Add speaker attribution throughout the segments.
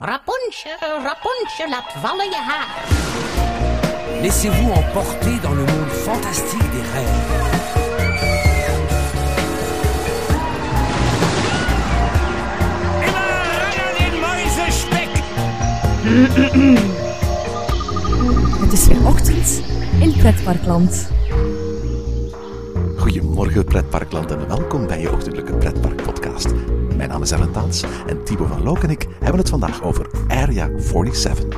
Speaker 1: Rapunzel, Rapunzel, laat vallen je haar.
Speaker 2: Laissez-vous emporter dans le monde fantastique des rêves.
Speaker 3: Immer ran an den muizenspek!
Speaker 4: Het is weer ochtend in Pretparkland.
Speaker 5: Goedemorgen Pretparkland en welkom bij je ochtendelijke Pretparkpodcast. Mijn naam is Ellen Taans en Thibaut van Look en ik hebben het vandaag over Area 47.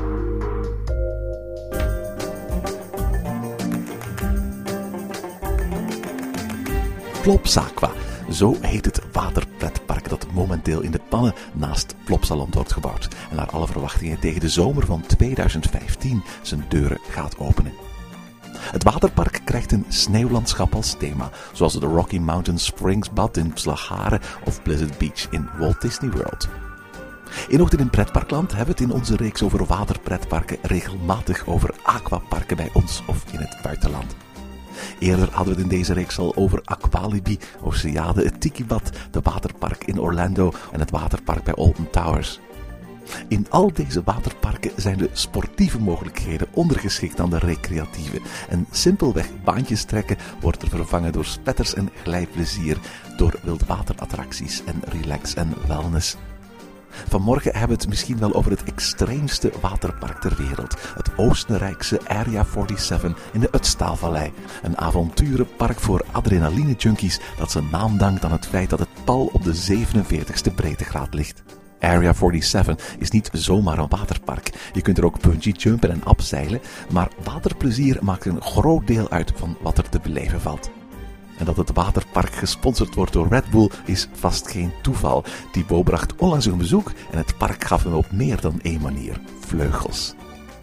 Speaker 5: Plopsaqua, zo heet het waterpretpark dat momenteel in de pannen naast Plopsaland wordt gebouwd en naar alle verwachtingen tegen de zomer van 2015 zijn deuren gaat openen. Het waterpark krijgt een sneeuwlandschap als thema, zoals de Rocky Mountain Springs Bad in Slagharen of Blizzard Beach in Walt Disney World. In Ochtend in Pretparkland hebben we het in onze reeks over waterpretparken regelmatig over aquaparken bij ons of in het buitenland. Eerder hadden we het in deze reeks al over Aqualibi, Oceade, het Tikibad, de waterpark in Orlando en het waterpark bij Alton Towers. In al deze waterparken zijn de sportieve mogelijkheden ondergeschikt aan de recreatieve. En simpelweg baantjes trekken wordt er vervangen door spetters en glijplezier, door wildwaterattracties en relax en wellness. Vanmorgen hebben we het misschien wel over het extreemste waterpark ter wereld. Het Oostenrijkse Area 47 in de Ötztalvallei. Een avonturenpark voor adrenaline-junkies dat zijn naam dankt aan het feit dat het pal op de 47ste breedtegraad ligt. Area 47 is niet zomaar een waterpark. Je kunt er ook bungee jumpen en abseilen, maar waterplezier maakt een groot deel uit van wat er te beleven valt. En dat het waterpark gesponsord wordt door Red Bull is vast geen toeval. Thibaut bracht onlangs een bezoek en het park gaf hem op meer dan één manier vleugels.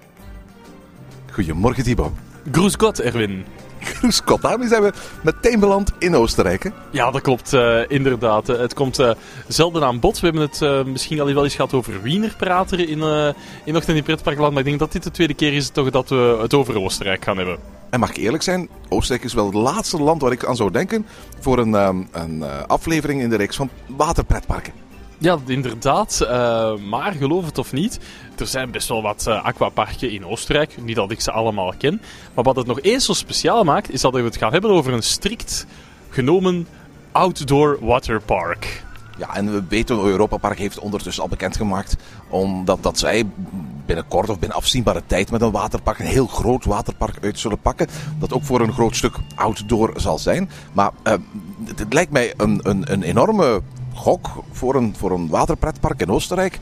Speaker 5: Goedemorgen Thibaut.
Speaker 6: Grüß Gott, Erwin.
Speaker 5: Grüß Gott, daarmee zijn we meteen beland in Oostenrijk, hè?
Speaker 6: Ja, dat klopt, inderdaad. Het komt zelden aan bod. We hebben het misschien al wel eens gehad over Wienerprateren in Ochtend in Pretparkland, maar ik denk dat dit de tweede keer is toch dat we het over Oostenrijk gaan hebben.
Speaker 5: En mag ik eerlijk zijn, Oostenrijk is wel het laatste land waar ik aan zou denken voor een aflevering in de reeks van waterpretparken.
Speaker 6: Ja, inderdaad. Maar geloof het of niet, er zijn best wel wat aquaparken in Oostenrijk. Niet dat ik ze allemaal ken. Maar wat het nog eens zo speciaal maakt, is dat we het gaan hebben over een strikt genomen outdoor waterpark.
Speaker 5: Ja, en we weten, Europa Park heeft ondertussen al bekendgemaakt dat zij binnenkort of binnen afzienbare tijd met een waterpark, een heel groot waterpark uit zullen pakken. Dat ook voor een groot stuk outdoor zal zijn. Maar het lijkt mij een enorme gok voor een waterpretpark in Oostenrijk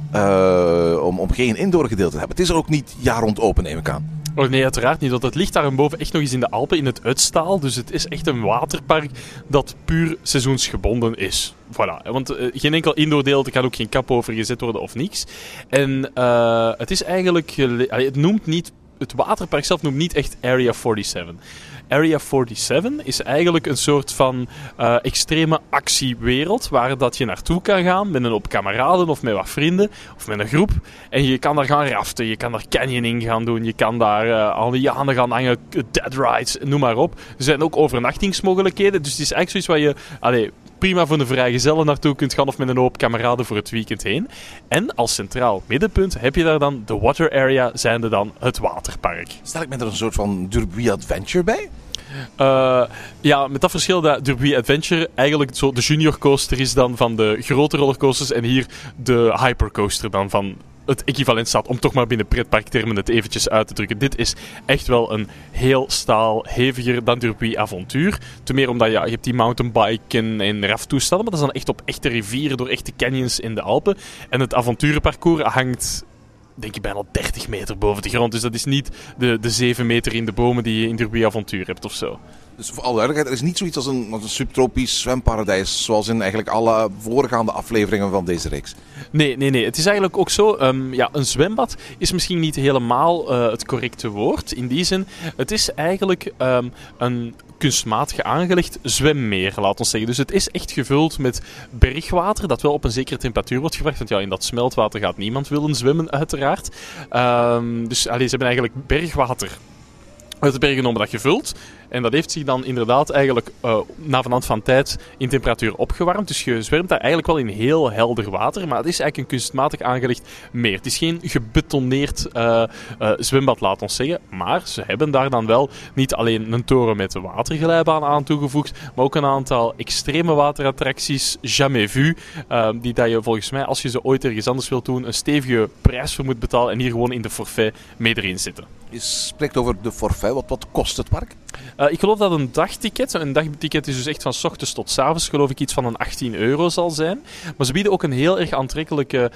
Speaker 5: om geen indoor gedeelte te hebben. Het is er ook niet jaar rond open, neem ik aan.
Speaker 6: Oh nee, uiteraard niet, want het ligt daarboven echt nog eens in de Alpen, in het Ötztal. Dus het is echt een waterpark dat puur seizoensgebonden is. Voilà, want geen enkel indoordeel, er kan ook geen kap over gezet worden of niks. En het is eigenlijk, het waterpark zelf noemt niet echt Area 47. Area 47 is eigenlijk een soort van extreme actiewereld waar dat je naartoe kan gaan met een hoop kameraden of met wat vrienden of met een groep. En je kan daar gaan raften, je kan daar canyoning gaan doen, je kan daar aan de lianen gaan hangen, dead rides, noem maar op. Er zijn ook overnachtingsmogelijkheden, dus het is eigenlijk zoiets waar je prima voor de vrijgezellen naartoe kunt gaan of met een hoop kameraden voor het weekend heen. En als centraal middenpunt heb je daar dan de water area, zijnde dan het waterpark.
Speaker 5: Stel ik me er een soort van Derby Adventure bij?
Speaker 6: Ja, met dat verschil dat Derby Adventure eigenlijk zo de junior coaster is dan van de grote rollercoasters en hier de hypercoaster dan van het equivalent staat, om toch maar binnen pretparktermen het eventjes uit te drukken. Dit is echt wel een heel staal heviger dan Derby Avontuur. Ten meer omdat je hebt die mountainbiken en raftoestanden, maar dat is dan echt op echte rivieren door echte canyons in de Alpen. En het avonturenparcours hangt, denk ik, bijna 30 meter boven de grond. Dus dat is niet de 7 meter in de bomen die je in Derby Avontuur hebt of zo.
Speaker 5: Dus voor alle duidelijkheid, er is niet zoiets als een subtropisch zwemparadijs, zoals in eigenlijk alle voorgaande afleveringen van deze reeks.
Speaker 6: Nee. Het is eigenlijk ook zo, een zwembad is misschien niet helemaal het correcte woord. In die zin, het is eigenlijk een kunstmatig aangelegd zwemmeer, laat ons zeggen. Dus het is echt gevuld met bergwater, dat wel op een zekere temperatuur wordt gebracht. Want ja, in dat smeltwater gaat niemand willen zwemmen, uiteraard. Dus ze hebben eigenlijk bergwater uit de bergen genomen dat gevuld. En dat heeft zich dan inderdaad eigenlijk na verloop van tijd in temperatuur opgewarmd. Dus je zwemt daar eigenlijk wel in heel helder water. Maar het is eigenlijk een kunstmatig aangelegd meer. Het is geen gebetoneerd zwembad, laat ons zeggen. Maar ze hebben daar dan wel niet alleen een toren met waterglijbaan aan toegevoegd, maar ook een aantal extreme waterattracties, jamais vu, die dat je volgens mij, als je ze ooit ergens anders wilt doen, een stevige prijs voor moet betalen en hier gewoon in de forfait mee erin zitten.
Speaker 5: Je spreekt over de forfait. Wat kost het park?
Speaker 6: Ik geloof dat een dagticket is dus echt van 's ochtends tot 's avonds, geloof ik iets van een €18 zal zijn. Maar ze bieden ook een heel erg aantrekkelijke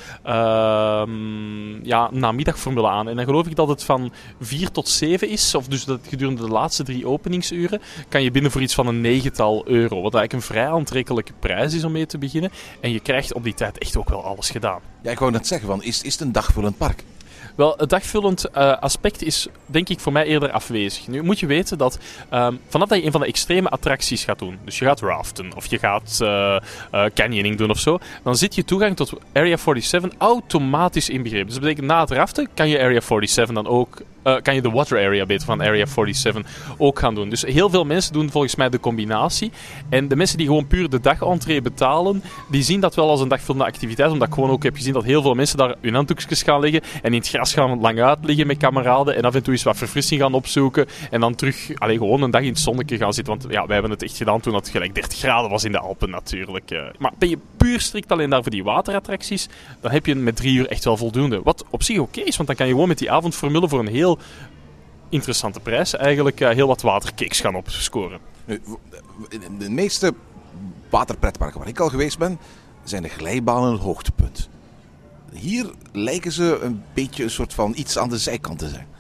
Speaker 6: namiddagformule aan. En dan geloof ik dat het van 4 tot 7 is, of dus dat gedurende de laatste 3 openingsuren kan je binnen voor iets van een 9-tal euro. Wat eigenlijk een vrij aantrekkelijke prijs is om mee te beginnen. En je krijgt op die tijd echt ook wel alles gedaan.
Speaker 5: Ja, ik wou net zeggen, is het een dagvullend park?
Speaker 6: Wel, het dagvullend aspect is denk ik voor mij eerder afwezig. Nu moet je weten dat vanaf dat je een van de extreme attracties gaat doen, dus je gaat raften of je gaat canyoning doen of zo, dan zit je toegang tot Area 47 automatisch inbegrepen. Dus dat betekent na het raften kan je Area 47 dan ook kan je de water area beter van Area 47 ook gaan doen. Dus heel veel mensen doen volgens mij de combinatie. En de mensen die gewoon puur de dagentree betalen, die zien dat wel als een dagvullende activiteit. Omdat ik gewoon ook heb gezien dat heel veel mensen daar hun handdoekjes gaan leggen en in het gras gaan lang uit liggen met kameraden en af en toe eens wat verfrissing gaan opzoeken en dan terug gewoon een dag in het zonnetje gaan zitten. Want ja, wij hebben het echt gedaan toen het gelijk 30 graden was in de Alpen natuurlijk. Maar ben je puur strikt alleen daar voor die waterattracties, dan heb je met 3 uur echt wel voldoende. Wat op zich oké is, want dan kan je gewoon met die avondformule voor een heel interessante prijs eigenlijk heel wat watercakes gaan opscoren.
Speaker 5: Nu, de meeste waterpretparken waar ik al geweest ben, zijn de glijbanen het hoogtepunt. Hier lijken ze een beetje een soort van iets aan de zijkant te zijn.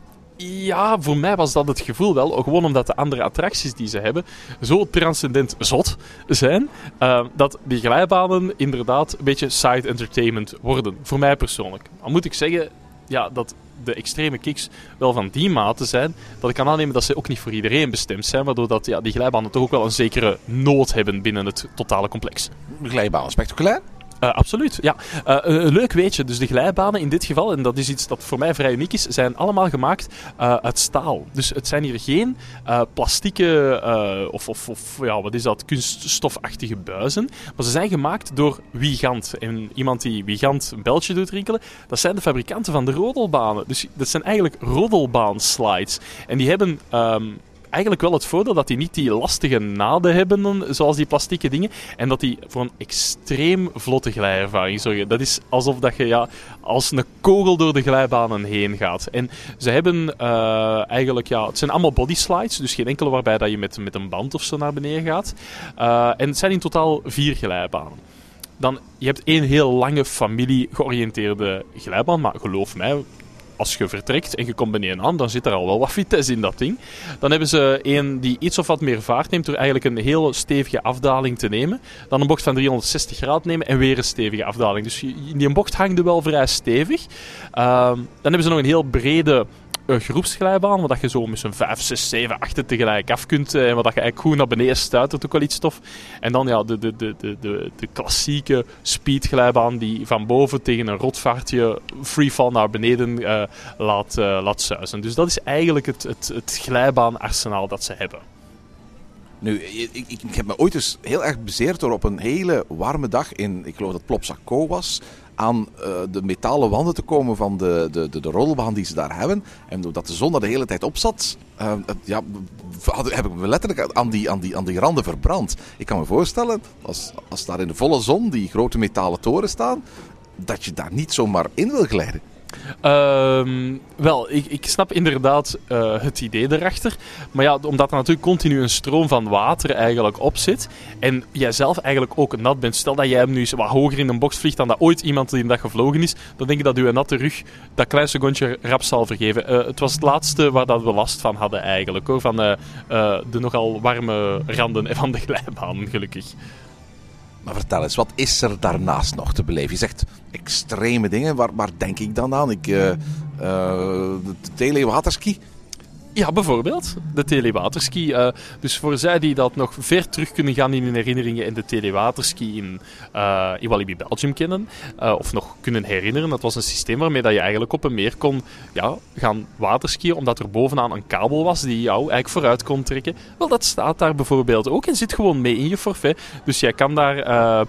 Speaker 6: Ja, voor mij was dat het gevoel wel. Gewoon omdat de andere attracties die ze hebben zo transcendent zot zijn, dat die glijbanen inderdaad een beetje side entertainment worden. Voor mij persoonlijk. Al moet ik zeggen dat de extreme kicks wel van die mate zijn, dat ik kan aannemen dat ze ook niet voor iedereen bestemd zijn, waardoor dat, die glijbanen toch ook wel een zekere nood hebben binnen het totale complex.
Speaker 5: De glijbanen spectaculair?
Speaker 6: Absoluut, ja. Een leuk weetje, dus de glijbanen in dit geval, en dat is iets dat voor mij vrij uniek is, zijn allemaal gemaakt uit staal. Dus het zijn hier geen plastieke wat is dat, kunststofachtige buizen, maar ze zijn gemaakt door Wiegand. En iemand die Wiegand een beltje doet rinkelen, dat zijn de fabrikanten van de rodelbanen. Dus dat zijn eigenlijk rodelbaanslides. En die hebben eigenlijk wel het voordeel dat die niet die lastige naden hebben, zoals die plastieke dingen, en dat die voor een extreem vlotte glijervaring zorgen. Dat is alsof dat je als een kogel door de glijbanen heen gaat. En ze hebben het zijn allemaal bodyslides, dus geen enkele waarbij dat je met een band of zo naar beneden gaat. En het zijn in totaal 4 glijbanen. Dan, je hebt 1 heel lange familie-georiënteerde glijbaan, maar geloof mij, als je vertrekt en je komt beneden aan, dan zit er al wel wat vitesse in dat ding. Dan hebben ze een die iets of wat meer vaart neemt door eigenlijk een hele stevige afdaling te nemen. Dan een bocht van 360 graden nemen en weer een stevige afdaling. Dus in die bocht hangt er wel vrij stevig. Dan hebben ze nog een heel brede groepsglijbaan, waar je zo met zo'n 5, 6, 7, 8 tegelijk af kunt en waar je eigenlijk goed naar beneden stuitert, ook wel iets tof. En dan de klassieke speedglijbaan die van boven tegen een rotvaartje freefall naar beneden laat suizen. Dus dat is eigenlijk het glijbaanarsenaal dat ze hebben.
Speaker 5: Nu, ik heb me ooit eens heel erg bezeerd door op een hele warme dag in, ik geloof dat Plopsaco was, aan de metalen wanden te komen van de rolbaan die ze daar hebben. En doordat de zon er de hele tijd op zat, heb ik me letterlijk aan die randen verbrand. Ik kan me voorstellen, als daar in de volle zon die grote metalen toren staan, dat je daar niet zomaar in wil glijden.
Speaker 6: Wel, ik snap inderdaad het idee erachter. Maar ja, omdat er natuurlijk continu een stroom van water eigenlijk op zit en jij zelf eigenlijk ook nat bent. Stel dat jij hem nu eens wat hoger in een bocht vliegt dan dat ooit iemand die in dat gevlogen is, dan denk ik dat uw natte rug dat klein secondje rap zal vergeven. Het was het laatste waar dat we last van hadden eigenlijk, hoor, van de nogal warme randen van de glijbanen, gelukkig.
Speaker 5: Maar vertel eens, wat is er daarnaast nog te beleven? Je zegt extreme dingen, waar denk ik dan aan? De telewaterski?
Speaker 6: Ja, bijvoorbeeld. De telewaterski. Dus voor zij die dat nog ver terug kunnen gaan in hun herinneringen en de telewaterski in Walibi Belgium kennen, of nog kunnen herinneren, dat was een systeem waarmee dat je eigenlijk op een meer kon gaan waterskiën, omdat er bovenaan een kabel was die jou eigenlijk vooruit kon trekken. Wel, dat staat daar bijvoorbeeld ook en zit gewoon mee in je forfait. Dus jij kan daar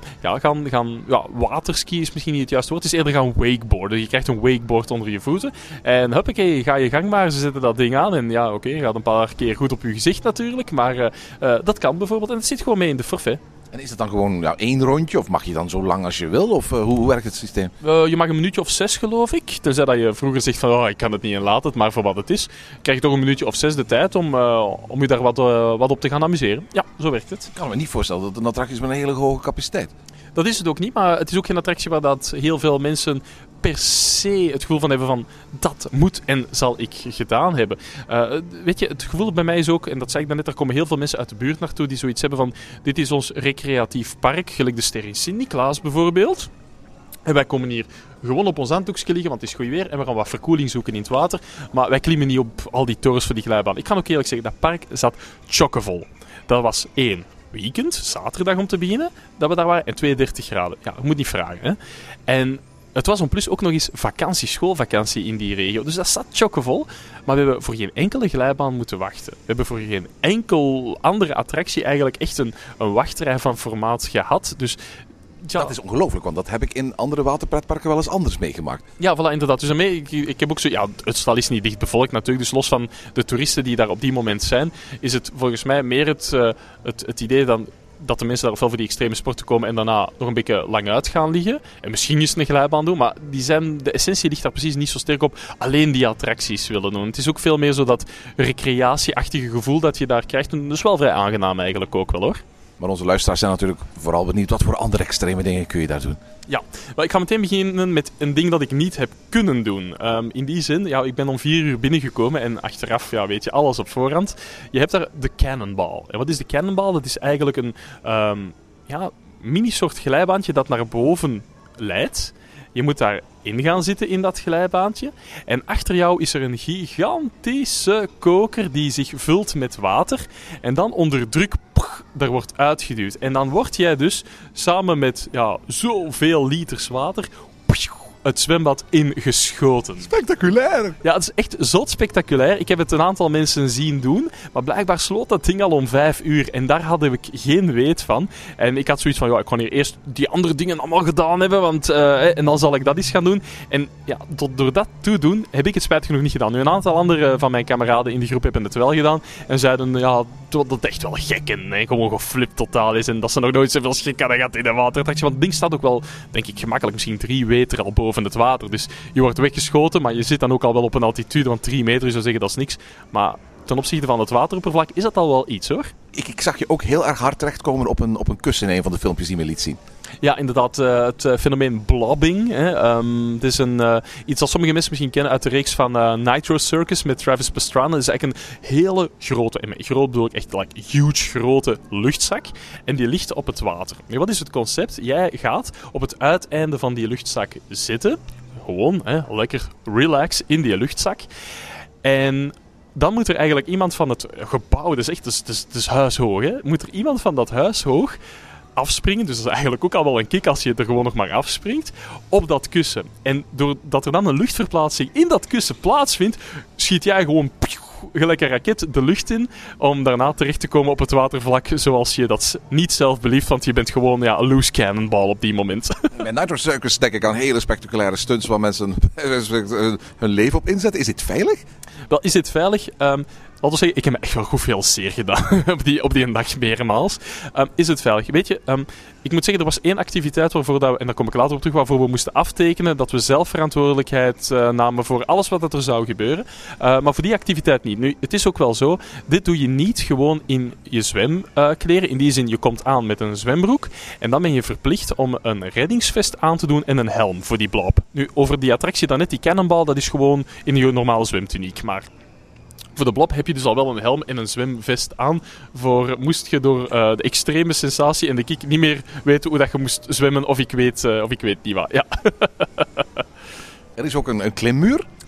Speaker 6: gaan waterskiën is misschien niet het juiste woord, het is eerder gaan wakeboarden. Je krijgt een wakeboard onder je voeten en huppakee, ga je gang maar, ze zetten dat ding aan en ja, oké, je gaat een paar keer goed op je gezicht natuurlijk, maar dat kan bijvoorbeeld en het zit gewoon mee in de forfait.
Speaker 5: En is het dan gewoon 1 rondje of mag je dan zo lang als je wil? Of hoe werkt het systeem?
Speaker 6: Je mag een minuutje of 6 geloof ik. Tenzij dat je vroeger zegt van ik kan het niet en laat het, maar voor wat het is. Krijg je toch een minuutje of 6 de tijd om je daar wat op te gaan amuseren. Ja, zo werkt het.
Speaker 5: Ik kan me niet voorstellen dat het een attractie is met een hele hoge capaciteit.
Speaker 6: Dat is het ook niet, maar het is ook geen attractie waar dat heel veel mensen per se het gevoel van hebben van dat moet en zal ik gedaan hebben. Weet je, het gevoel bij mij is ook, en dat zei ik net, er komen heel veel mensen uit de buurt naartoe die zoiets hebben van dit is ons recreatief park, gelijk de Ster in Sint-Niklaas bijvoorbeeld. En wij komen hier gewoon op ons handdoekje liggen, want het is goed weer en we gaan wat verkoeling zoeken in het water. Maar wij klimmen niet op al die torens voor die glijbaan. Ik kan ook eerlijk zeggen, dat park zat chockevol. Dat was 1 weekend, zaterdag om te beginnen, dat we daar waren, en 32 graden. Ja, je moet niet vragen, hè. En het was om plus ook nog eens schoolvakantie in die regio. Dus dat zat chockevol. Maar we hebben voor geen enkele glijbaan moeten wachten. We hebben voor geen enkel andere attractie eigenlijk echt een wachtrij van formaat gehad. Dus ja.
Speaker 5: Dat is ongelooflijk, want dat heb ik in andere waterpretparken wel eens anders meegemaakt.
Speaker 6: Ja, voilà, inderdaad. Dus daarmee, ik heb ook zo... Ja, het stal is niet dicht bevolkt natuurlijk, dus los van de toeristen die daar op die moment zijn, is het volgens mij meer het idee dat de mensen daar ofwel voor die extreme sporten komen en daarna nog een beetje lang uit gaan liggen. En misschien eens een glijbaan doen, maar de essentie ligt daar precies niet zo sterk op. Alleen die attracties willen doen. Het is ook veel meer zo dat recreatieachtige gevoel dat je daar krijgt. En dat is wel vrij aangenaam eigenlijk ook wel, hoor.
Speaker 5: Maar onze luisteraars zijn natuurlijk vooral benieuwd wat voor andere extreme dingen kun je daar doen.
Speaker 6: Ja, maar ik ga meteen beginnen met een ding dat ik niet heb kunnen doen. In die zin, ik ben om 4 uur binnengekomen en achteraf weet je alles op voorhand. Je hebt daar de Cannonball. En wat is de Cannonball? Dat is eigenlijk een mini-soort glijbaantje dat naar boven leidt. Je moet daar in gaan zitten in dat glijbaantje. En achter jou is er een gigantische koker die zich vult met water. En dan onder druk daar wordt uitgeduwd. En dan word jij dus samen met zoveel liters water het zwembad ingeschoten.
Speaker 5: Spectaculair!
Speaker 6: Ja, het is echt zot spectaculair. Ik heb het een aantal mensen zien doen, maar blijkbaar sloot dat ding al om 5 uur en daar had ik geen weet van. En ik had zoiets van, ik ga hier eerst die andere dingen allemaal gedaan hebben, want en dan zal ik dat eens gaan doen. En ja, door dat te doen, heb ik het spijtig genoeg niet gedaan. Nu, een aantal andere van mijn kameraden in die groep hebben het wel gedaan en zeiden, dat het echt wel gek en gewoon geflipt totaal is en dat ze nog nooit zoveel schrik hadden gehad in een waterattractie. Want het ding staat ook wel, denk ik, gemakkelijk misschien 3 meter al boven het water. Dus je wordt weggeschoten, maar je zit dan ook al wel op een altitude van 3 meter. Je zou zeggen, dat is niks. Maar ten opzichte van het wateroppervlak is dat al wel iets, hoor.
Speaker 5: Ik zag je ook heel erg hard terechtkomen op een kussen in een van de filmpjes die me liet zien.
Speaker 6: Ja, inderdaad. Het fenomeen blobbing. Het is iets dat sommige mensen misschien kennen uit de reeks van Nitro Circus met Travis Pastrana. Dat is eigenlijk een hele grote, en met groot bedoel ik echt huge grote luchtzak. En die ligt op het water. Nu, wat is het concept? Jij gaat op het uiteinde van die luchtzak zitten. Gewoon, lekker relax in die luchtzak. En dan moet er eigenlijk iemand van het gebouw, het is huishoog, moet er iemand van dat huishoog afspringen, dus dat is eigenlijk ook al wel een kick als je er gewoon nog maar afspringt, op dat kussen. En doordat er dan een luchtverplaatsing in dat kussen plaatsvindt, schiet jij gewoon gelijk een raket de lucht in, om daarna terecht te komen op het watervlak zoals je dat niet zelf belieft, want je bent gewoon een loose cannonball op die moment.
Speaker 5: Bij Nitro Circus denk ik aan hele spectaculaire stunts waar mensen hun leven op inzetten. Is dit veilig?
Speaker 6: Wel, is dit veilig? Laten we zeggen, ik heb me echt wel goed veel zeer gedaan op die dag meermaals. Is het veilig? Weet je, ik moet zeggen, er was 1 activiteit waarvoor en daar kom ik later op terug, waarvoor we moesten aftekenen dat we zelf verantwoordelijkheid namen voor alles wat er zou gebeuren. Maar voor die activiteit niet. Nu, het is ook wel zo, dit doe je niet gewoon in je zwemkleren. In die zin, je komt aan met een zwembroek en dan ben je verplicht om een reddingsvest aan te doen en een helm voor die blob. Nu, over die attractie daarnet, die Cannonball, dat is gewoon in je normale zwemtuniek, maar voor de blob heb je dus al wel een helm en een zwemvest aan. Moest je door de extreme sensatie en de kick niet meer weten hoe dat je moest zwemmen of ik weet niet wat. Ja.
Speaker 5: Er is ook een klimmuur.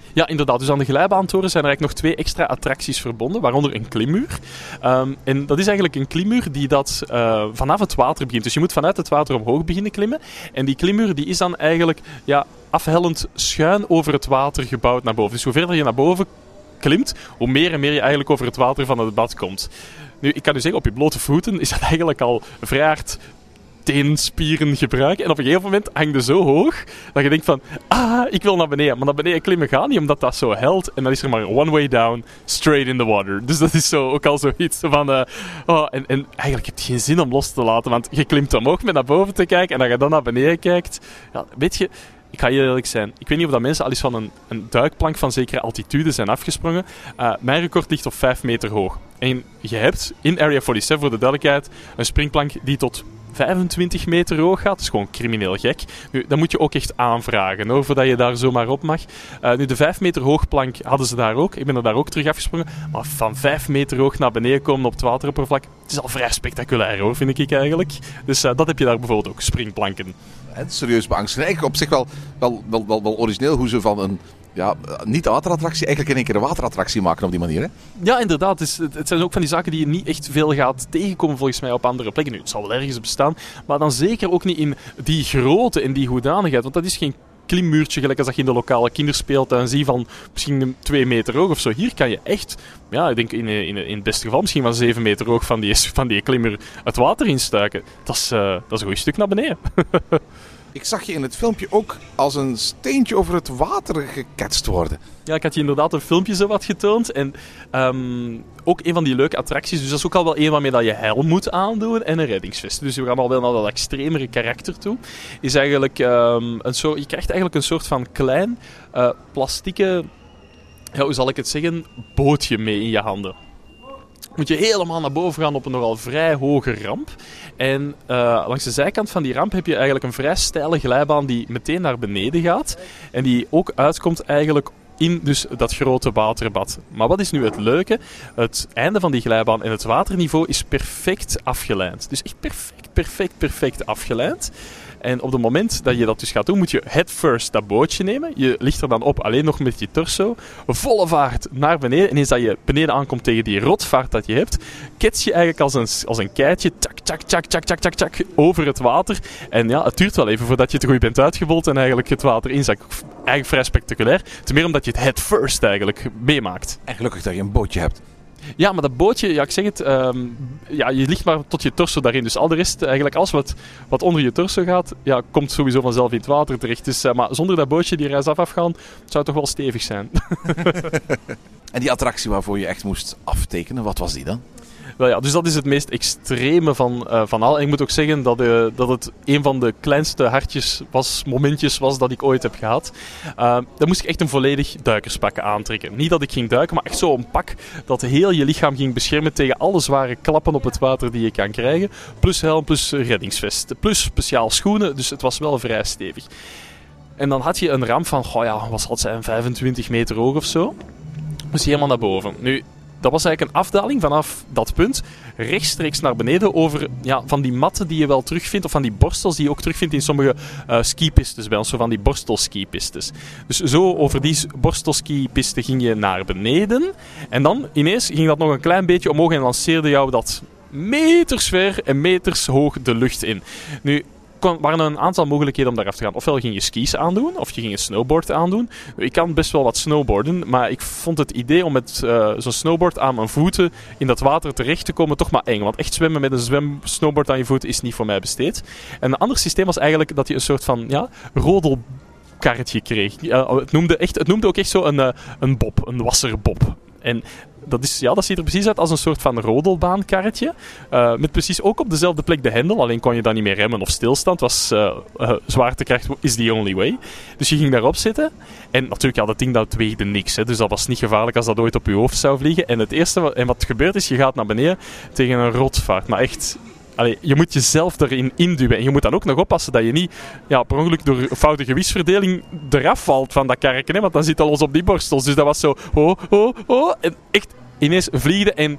Speaker 6: Ja, inderdaad. Dus aan de glijbaantoren zijn er eigenlijk nog 2 extra attracties verbonden, waaronder een klimmuur. En dat is eigenlijk een klimmuur die vanaf het water begint. Dus je moet vanuit het water omhoog beginnen klimmen. En die klimmuur die is dan eigenlijk afhellend schuin over het water gebouwd naar boven. Dus hoe verder je naar boven klimt, hoe meer en meer je eigenlijk over het water van het bad komt. Nu, ik kan u zeggen, op je blote voeten is dat eigenlijk al vrij hard teenspieren gebruiken. En op een gegeven moment hangt je zo hoog dat je denkt van, ik wil naar beneden. Maar naar beneden klimmen gaat niet, omdat dat zo helt. En dan is er maar one way down, straight in the water. Dus dat is zo ook al zoiets van, en eigenlijk heb je geen zin om los te laten, want je klimt omhoog met naar boven te kijken en als je dan naar beneden kijkt, ja, weet je, ik ga heel eerlijk zijn. Ik weet niet of dat mensen al eens van een duikplank van zekere altitude zijn afgesprongen. Mijn record ligt op 5 meter hoog. En je hebt in Area 47, voor de duidelijkheid, een springplank die tot 25 meter hoog gaat. Dat is gewoon crimineel gek. Nu, dat moet je ook echt aanvragen, hoor, voordat je daar zomaar op mag. Nu, de 5 meter hoogplank hadden ze daar ook. Ik ben er daar ook terug afgesprongen. Maar van 5 meter hoog naar beneden komen op het wateroppervlak, het is al vrij spectaculair, hoor, vind ik eigenlijk. Dus dat heb je daar bijvoorbeeld ook, springplanken.
Speaker 5: Serieus beangstigend. Eigenlijk op zich wel origineel hoe ze van een niet-waterattractie eigenlijk in één keer een waterattractie maken op die manier. Hè?
Speaker 6: Ja, inderdaad. Het zijn ook van die zaken die je niet echt veel gaat tegenkomen volgens mij op andere plekken. Nu, het zal wel ergens bestaan, maar dan zeker ook niet in die grootte en die hoedanigheid. Want dat is geen klimmuurtje gelijk als dat je in de lokale kinderspeeltuin ziet van misschien 2 meter hoog of zo. Hier kan je echt, ik denk in het beste geval misschien van 7 meter hoog van die klimmuur het water instuiken. Dat is een goed stuk naar beneden.
Speaker 5: Ik zag je in het filmpje ook als een steentje over het water geketst worden.
Speaker 6: Ja, ik had je inderdaad een filmpje zo wat getoond. En ook een van die leuke attracties, dus dat is ook al wel een waarmee dat je helm moet aandoen en een reddingsvest. Dus we gaan al wel naar dat extremere karakter toe. Is eigenlijk je krijgt eigenlijk een soort van klein plastieke, hoe zal ik het zeggen, bootje mee in je handen. Moet je helemaal naar boven gaan op een nogal vrij hoge ramp. En langs de zijkant van die ramp heb je eigenlijk een vrij steile glijbaan die meteen naar beneden gaat. En die ook uitkomt eigenlijk in dus dat grote waterbad. Maar wat is nu het leuke? Het einde van die glijbaan en het waterniveau is perfect afgelijnd. Dus echt perfect afgelijnd. En op het moment dat je dat dus gaat doen, moet je head first dat bootje nemen. Je ligt er dan op, alleen nog met je torso. Volle vaart naar beneden. En eens dat je beneden aankomt tegen die rotvaart dat je hebt, kets je eigenlijk als een keitje, tak, over het water. En ja, het duurt wel even voordat je te goed bent uitgebold en eigenlijk het water inzakt. Eigenlijk vrij spectaculair. Ten meer omdat je het head first eigenlijk meemaakt.
Speaker 5: En gelukkig dat je een bootje hebt.
Speaker 6: Ja, maar dat bootje, ik zeg het, je ligt maar tot je torso daarin. Dus al de rest, eigenlijk alles wat onder je torso gaat, komt sowieso vanzelf in het water terecht. Dus, maar zonder dat bootje die reis afgaan, zou het toch wel stevig zijn.
Speaker 5: En die attractie waarvoor je echt moest aftekenen, wat was die dan?
Speaker 6: Wel ja, dus dat is het meest extreme van al. En ik moet ook zeggen dat het een van de kleinste momentjes was dat ik ooit heb gehad. Dan moest ik echt een volledig duikerspak aantrekken. Niet dat ik ging duiken, maar echt zo'n pak dat heel je lichaam ging beschermen tegen alle zware klappen op het water die je kan krijgen. Plus helm, plus reddingsvest, plus speciaal schoenen. Dus het was wel vrij stevig. En dan had je een ramp van, wat zal het zijn, 25 meter hoog of zo. Dus helemaal naar boven. Nu, dat was eigenlijk een afdaling vanaf dat punt rechtstreeks naar beneden over van die matten die je wel terugvindt, of van die borstels die je ook terugvindt in sommige skipistes bij ons, zo van die borstelskipistes. Dus zo over die borstelskipiste ging je naar beneden en dan ineens ging dat nog een klein beetje omhoog en lanceerde jou dat meters ver en meters hoog de lucht in. Nu, waren er een aantal mogelijkheden om daaraf te gaan. Ofwel ging je skis aandoen, of je ging een snowboard aandoen. Ik kan best wel wat snowboarden, maar ik vond het idee om met zo'n snowboard aan mijn voeten in dat water terecht te komen toch maar eng. Want echt zwemmen met een snowboard aan je voeten is niet voor mij besteed. En een ander systeem was eigenlijk dat je een soort van rodelkarretje kreeg. Het noemde ook echt zo een bob, een wasserbob. En dat ziet er precies uit als een soort van rodelbaankarretje. Met precies ook op dezelfde plek de hendel. Alleen kon je dan niet meer remmen of stilstaan. Het was zwaartekracht is the only way. Dus je ging daarop zitten. En natuurlijk, dat ding dat weegde niks. Hè, dus dat was niet gevaarlijk als dat ooit op je hoofd zou vliegen. En het eerste wat gebeurt is, je gaat naar beneden tegen een rotvaart. Maar echt... je moet jezelf erin induwen. En je moet dan ook nog oppassen dat je niet per ongeluk door foute gewichtsverdeling eraf valt van dat karretje. Hè, want dan zit al los op die borstels. Dus dat was zo... En echt ineens vliegen. En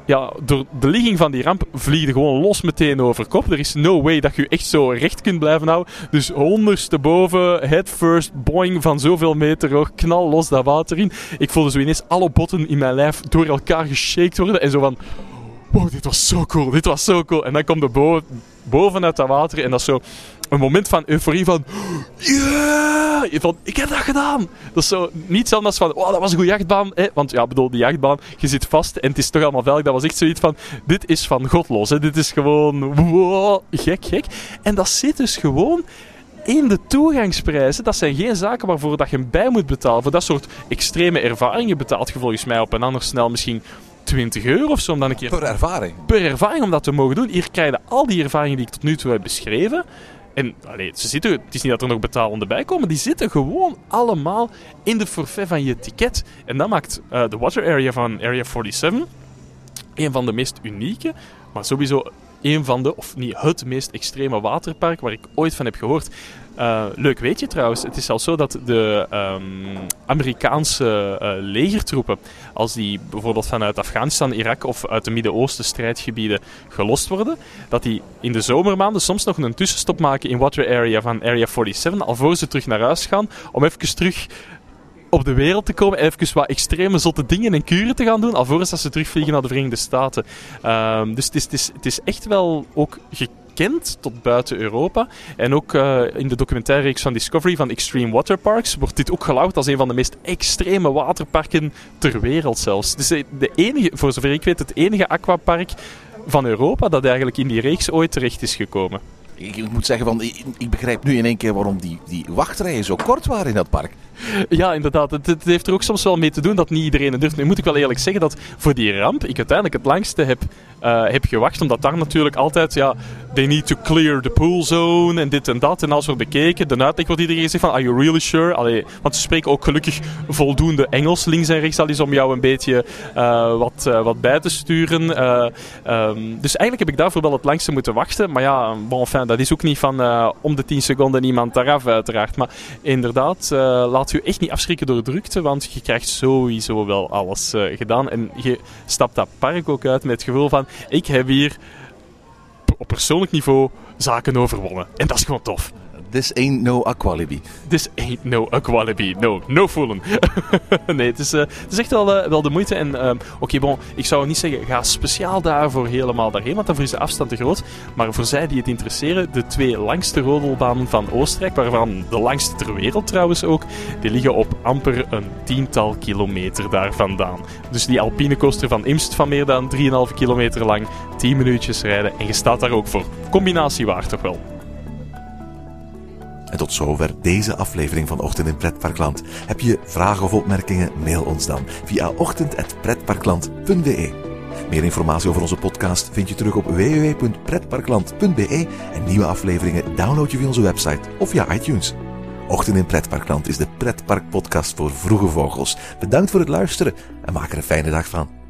Speaker 6: ja, door de ligging van die ramp vlieg je gewoon los meteen over kop. Er is no way dat je echt zo recht kunt blijven houden. Dus ondersteboven, head first, boing, van zoveel meter hoog, knal los dat water in. Ik voelde zo ineens alle botten in mijn lijf door elkaar geshaked worden. En zo van, wow, dit was zo cool. En dan komt er boven uit dat water en dat is zo een moment van euforie van, yeah! Van, ik heb dat gedaan! Dat is zo niets anders van, oh, dat was een goede jachtbaan. Want ja, bedoel, die jachtbaan, je zit vast en het is toch allemaal veilig. Dat was echt zoiets van, dit is van godloos. Hè. Dit is gewoon, wow, gek. En dat zit dus gewoon in de toegangsprijzen. Dat zijn geen zaken waarvoor dat je bij moet betalen. Voor dat soort extreme ervaringen betaalt je volgens mij op een ander snel misschien €20 of zo. Om dan een keer
Speaker 5: Per ervaring?
Speaker 6: Per ervaring om dat te mogen doen. Hier krijg je al die ervaringen die ik tot nu toe heb beschreven. En het is niet dat er nog betalende bij komen. Die zitten gewoon allemaal in de forfait van je ticket. En dat maakt de water area van Area 47 een van de meest unieke, maar sowieso een van de, of niet het meest extreme waterpark waar ik ooit van heb gehoord. Leuk weet je trouwens, het is al zo dat de Amerikaanse legertroepen, als die bijvoorbeeld vanuit Afghanistan, Irak of uit de Midden-Oosten strijdgebieden gelost worden, dat die in de zomermaanden soms nog een tussenstop maken in water area van Area 47, alvorens ze terug naar huis gaan, om even terug op de wereld te komen en even wat extreme zotte dingen en kuren te gaan doen, alvorens dat ze terugvliegen naar de Verenigde Staten. Dus het is echt wel ook gekend tot buiten Europa. En ook in de documentairreeks van Discovery van Extreme Water Parks wordt dit ook gelauwd als een van de meest extreme waterparken ter wereld zelfs. Het is de enige, voor zover ik weet, het enige aquapark van Europa dat eigenlijk in die reeks ooit terecht is gekomen.
Speaker 5: Ik moet zeggen, ik begrijp nu in één keer waarom die wachtrijen zo kort waren in dat park.
Speaker 6: Ja, inderdaad. Het heeft er ook soms wel mee te doen dat niet iedereen het durft. Nu moet ik wel eerlijk zeggen dat voor die ramp ik uiteindelijk het langste heb gewacht. Omdat daar natuurlijk altijd, ja, they need to clear the pool zone en dit en dat. En alles wordt bekeken. De uitleg wordt iedereen gezegd van, are you really sure? Allee, want ze spreken ook gelukkig voldoende Engels links en rechts al eens om jou een beetje wat bij te sturen. Dus eigenlijk heb ik daarvoor wel het langste moeten wachten. Maar ja, bon, enfin, dat is ook niet van om de 10 seconden iemand eraf uiteraard. Maar inderdaad, laat je echt niet afschrikken door drukte, want je krijgt sowieso wel alles gedaan. En je stapt dat park ook uit met het gevoel van, ik heb hier op persoonlijk niveau zaken overwonnen. En dat is gewoon tof.
Speaker 5: This ain't no Aqualibi.
Speaker 6: This ain't no Aqualibi. No foolen. Nee, het is echt wel de moeite. En oké, bon, ik zou niet zeggen, ga speciaal daarvoor helemaal daarheen, want daarvoor is de afstand te groot. Maar voor zij die het interesseren, de 2 langste rodelbanen van Oostenrijk, waarvan de langste ter wereld trouwens ook, die liggen op amper een 10-tal kilometer daar vandaan. Dus die alpine coaster van Imst van meer dan 3,5 kilometer lang, 10 minuutjes rijden en je staat daar ook voor. Combinatie waar toch wel.
Speaker 5: En tot zover deze aflevering van Ochtend in Pretparkland. Heb je vragen of opmerkingen? Mail ons dan via ochtend@pretparkland.be. Meer informatie over onze podcast vind je terug op www.pretparkland.be en nieuwe afleveringen download je via onze website of via iTunes. Ochtend in Pretparkland is de pretparkpodcast voor vroege vogels. Bedankt voor het luisteren en maak er een fijne dag van.